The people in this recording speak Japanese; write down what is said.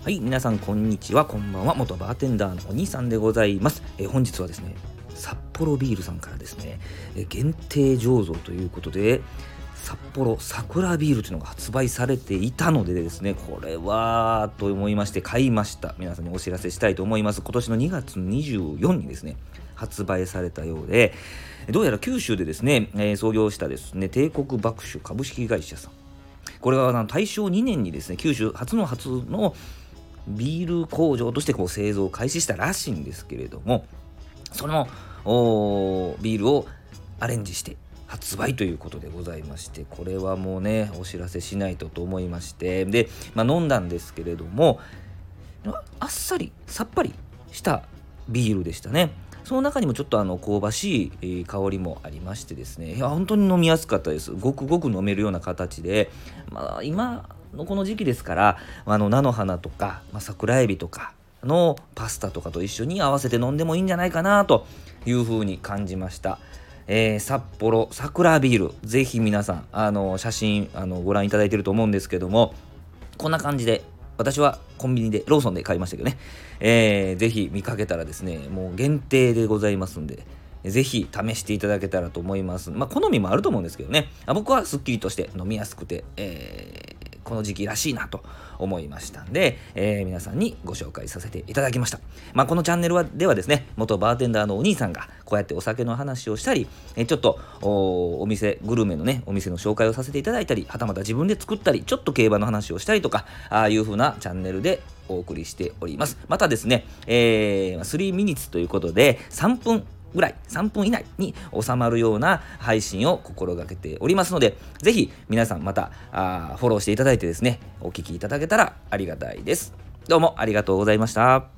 はい、皆さんこんにちは、こんばんは。元バーテンダーのお兄さんでございます。本日はですね、札幌ビールさんからですね、限定醸造ということで札幌桜ビールというのが発売されていたのでですね、これはと思いまして買いました。皆さんにお知らせしたいと思います。今年の2月24日にですね発売されたようで、どうやら九州でですね、創業したですね帝国爆酒株式会社さん、これは大正2年にですね九州初のビール工場として製造を開始したらしいんですけれども、そのビールをアレンジして発売ということでございまして、これはもうねお知らせしないと思いまして、で、飲んだんですけれども、あっさりさっぱりしたビールでしたね。その中にもちょっと香ばしい香りもありましてですね、いや本当に飲みやすかったです。ごくごく飲めるような形で、今のこの時期ですから、菜の花とか、桜エビとかのパスタとかと一緒に合わせて飲んでもいいんじゃないかなというふうに感じました。札幌桜ビール、ぜひ皆さん写真ご覧いただいていると思うんですけども、こんな感じで私はコンビニでローソンで買いましたけどね、ぜひ見かけたらですね、もう限定でございますんで、ぜひ試していただけたらと思います。好みもあると思うんですけどね、僕はすっきりとして飲みやすくて、この時期らしいなと思いましたんで、皆さんにご紹介させていただきました。このチャンネルではですね、元バーテンダーのお兄さんがこうやってお酒の話をしたり、ちょっとお店グルメのねお店の紹介をさせていただいたり、はたまた自分で作ったり、ちょっと競馬の話をしたりとか、ああいう風なチャンネルでお送りしております。またですね、3ミニッツということで3分以内に収まるような配信を心がけておりますので、ぜひ皆さんまたフォローしていただいてですね、お聞きいただけたらありがたいです。どうもありがとうございました。